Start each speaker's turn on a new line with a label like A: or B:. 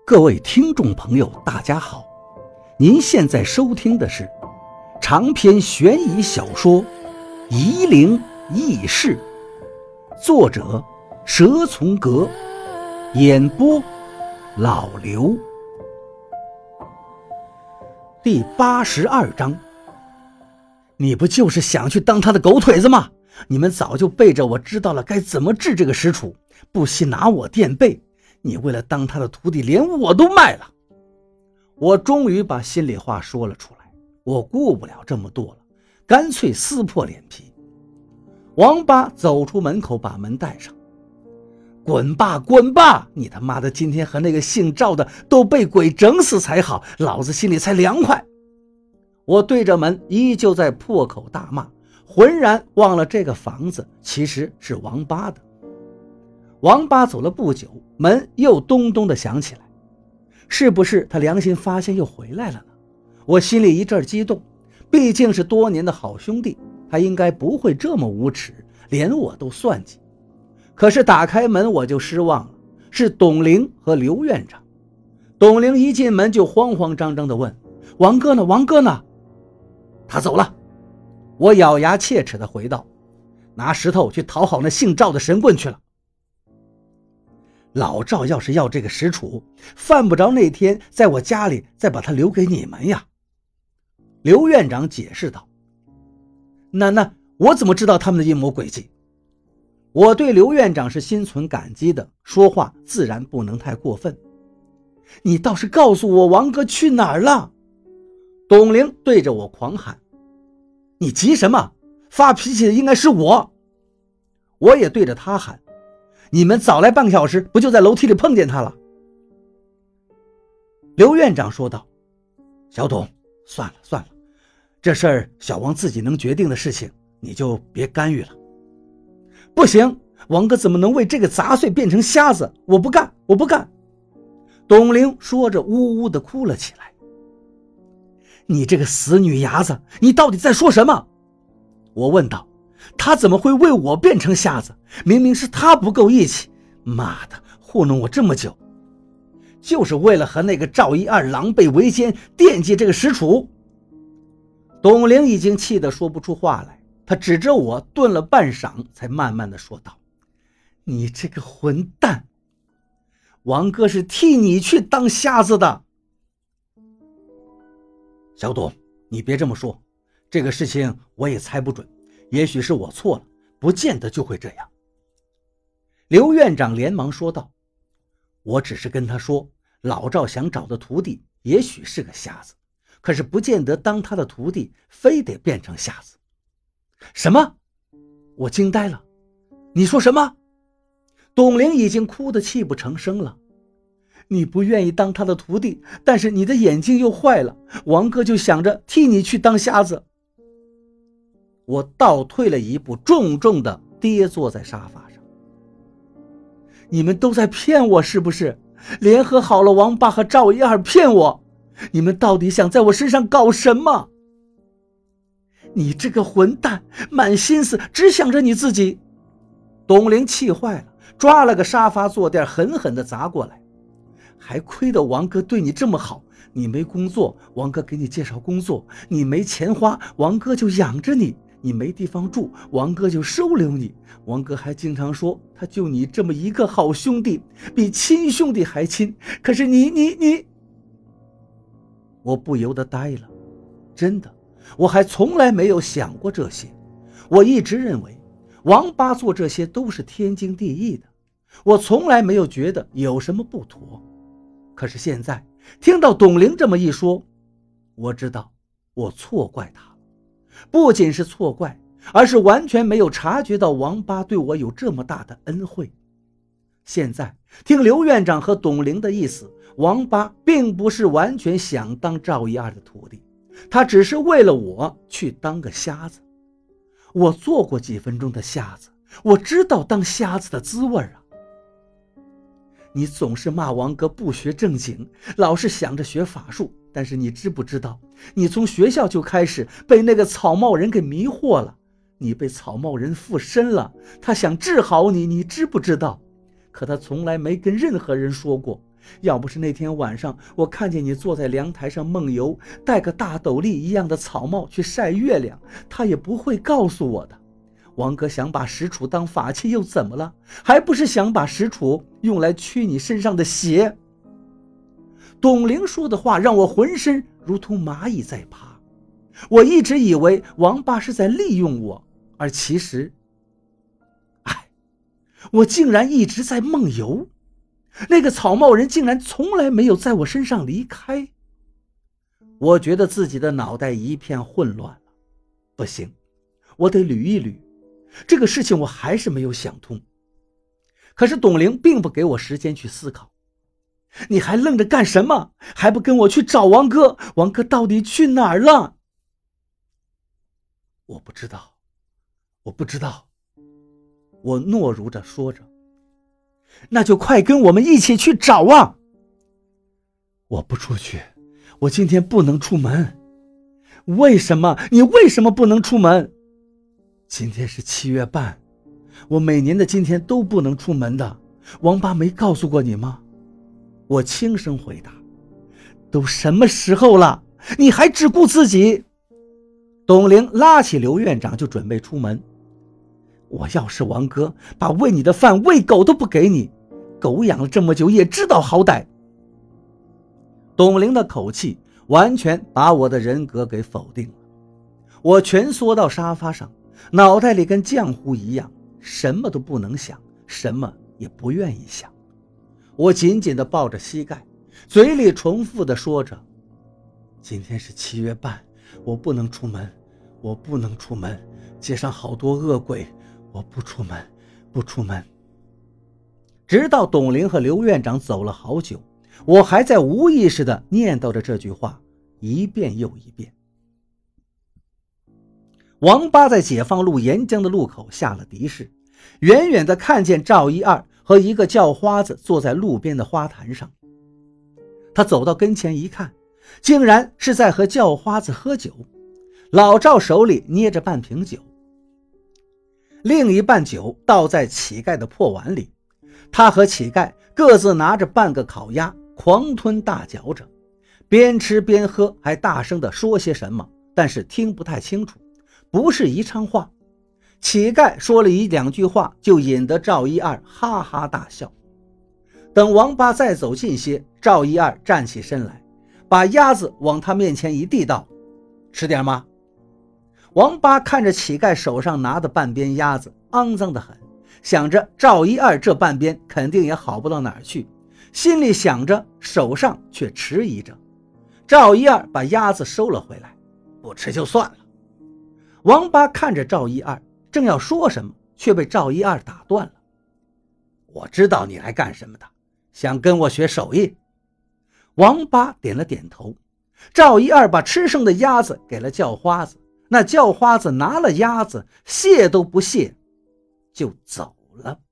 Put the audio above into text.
A: 各位听众朋友大家好，您现在收听的是长篇悬疑小说《夷陵轶事》，作者蛇从阁，演播老刘。第82章，你不就是想去当他的狗腿子吗？你们早就背着我知道了该怎么治这个石楚，不惜拿我垫背，你为了当他的徒弟连我都卖了。我终于把心里话说了出来，我顾不了这么多了，干脆撕破脸皮。王八走出门口，把门带上。滚吧滚吧，你他妈的今天和那个姓赵的都被鬼整死才好，老子心里才凉快。我对着门依旧在破口大骂，浑然忘了这个房子其实是王八的。王八走了不久，门又咚咚地响起来，是不是他良心发现又回来了呢？我心里一阵激动，毕竟是多年的好兄弟，他应该不会这么无耻，连我都算计。可是打开门我就失望了，是董玲和刘院长。董玲一进门就慌慌张张地问：王哥呢？王哥呢？他走了。我咬牙切齿地回道：拿石头去讨好那姓赵的神棍去了。老赵要是要这个石楚，犯不着那天在我家里再把他留给你们呀。刘院长解释道。那我怎么知道他们的阴谋诡计？我对刘院长是心存感激的，说话自然不能太过分。你倒是告诉我王哥去哪儿了？董玲对着我狂喊。你急什么？发脾气的应该是我。我也对着他喊，你们早来半个小时，不就在楼梯里碰见他了？刘院长说道。小董，算了，这事儿小王自己能决定的事情，你就别干预了。不行，王哥怎么能为这个杂碎变成瞎子？我不干。董玲说着呜呜地哭了起来。你这个死女伢子，你到底在说什么？我问道。他怎么会为我变成瞎子？明明是他不够义气，妈的，糊弄我这么久，就是为了和那个赵一二狼狈为奸，惦记这个石楚。董玲已经气得说不出话来，他指着我顿了半晌，才慢慢地说道：你这个混蛋，王哥是替你去当瞎子的。小董，你别这么说，这个事情我也猜不准，也许是我错了，不见得就会这样。刘院长连忙说道。我只是跟他说，老赵想找的徒弟也许是个瞎子，可是不见得当他的徒弟非得变成瞎子。什么？我惊呆了。你说什么？董玲已经哭得泣不成声了。你不愿意当他的徒弟，但是你的眼睛又坏了，王哥就想着替你去当瞎子。我倒退了一步，重重地跌坐在沙发上。你们都在骗我是不是？联合好了王八和赵一二骗我，你们到底想在我身上搞什么？你这个混蛋，满心思只想着你自己。董玲气坏了，抓了个沙发坐垫狠狠地砸过来。还亏得王哥对你这么好，你没工作，王哥给你介绍工作；你没钱花，王哥就养着你；你没地方住，王哥就收留你。王哥还经常说，他就你这么一个好兄弟，比亲兄弟还亲。可是你……我不由得呆了。真的，我还从来没有想过这些。我一直认为王八做这些都是天经地义的，我从来没有觉得有什么不妥。可是现在听到董玲这么一说，我知道我错怪他了。不仅是错怪，而是完全没有察觉到王八对我有这么大的恩惠。现在听刘院长和董玲的意思，王八并不是完全想当赵一二的徒弟，他只是为了我去当个瞎子。我做过几分钟的瞎子，我知道当瞎子的滋味啊。你总是骂王哥不学正经，老是想着学法术，但是你知不知道，你从学校就开始被那个草帽人给迷惑了，你被草帽人附身了，他想治好你，你知不知道？可他从来没跟任何人说过， 要不是那天晚上我看见你坐在凉台上梦游，戴个大斗笠一样的草帽去晒月亮，他也不会告诉我的。王哥想把石杵当法器又怎么了？还不是想把石杵用来驱你身上的邪。董玲说的话让我浑身如同蚂蚁在爬。我一直以为王八是在利用我，而其实我竟然一直在梦游，那个草帽人竟然从来没有在我身上离开。我觉得自己的脑袋一片混乱了，不行，我得捋一捋，这个事情我还是没有想通。可是董玲并不给我时间去思考。你还愣着干什么？还不跟我去找王哥？王哥到底去哪儿了？我不知道。我懦如着说着。那就快跟我们一起去找啊！我不出去，我今天不能出门。为什么？你为什么不能出门？今天是7月半，我每年的今天都不能出门的。王八没告诉过你吗？我轻声回答。都什么时候了，你还只顾自己？董玲拉起刘院长就准备出门。我要是王哥，把喂你的饭喂狗都不给你，狗养了这么久也知道好歹。董玲的口气完全把我的人格给否定了。我蜷缩到沙发上，脑袋里跟浆糊一样，什么都不能想，什么也不愿意想。我紧紧地抱着膝盖，嘴里重复地说着，今天是7月半，我不能出门，我不能出门，街上好多恶鬼，我不出门。直到董玲和刘院长走了好久，我还在无意识地念叨着这句话，一遍又一遍。王八在解放路沿江的路口下了的士，远远地看见赵一二和一个叫花子坐在路边的花坛上。他走到跟前一看，竟然是在和叫花子喝酒。老赵手里捏着半瓶酒，另一半酒倒在乞丐的破碗里，他和乞丐各自拿着半个烤鸭，狂吞大嚼着，边吃边喝，还大声地说些什么，但是听不太清楚，不是一唱话。乞丐说了1-2句话，就引得赵一二哈哈大笑。等王八再走近些，赵一二站起身来，把鸭子往他面前一递，道：吃点吗？王八看着乞丐手上拿的半边鸭子，肮脏得很，想着赵一二这半边肯定也好不到哪儿去，心里想着，手上却迟疑着。赵一二把鸭子收了回来，不吃就算了。王八看着赵一二，正要说什么，却被赵一二打断了。我知道你来干什么的，想跟我学手艺。王八点了点头。赵一二把吃剩的鸭子给了叫花子，那叫花子拿了鸭子，谢都不谢就走了。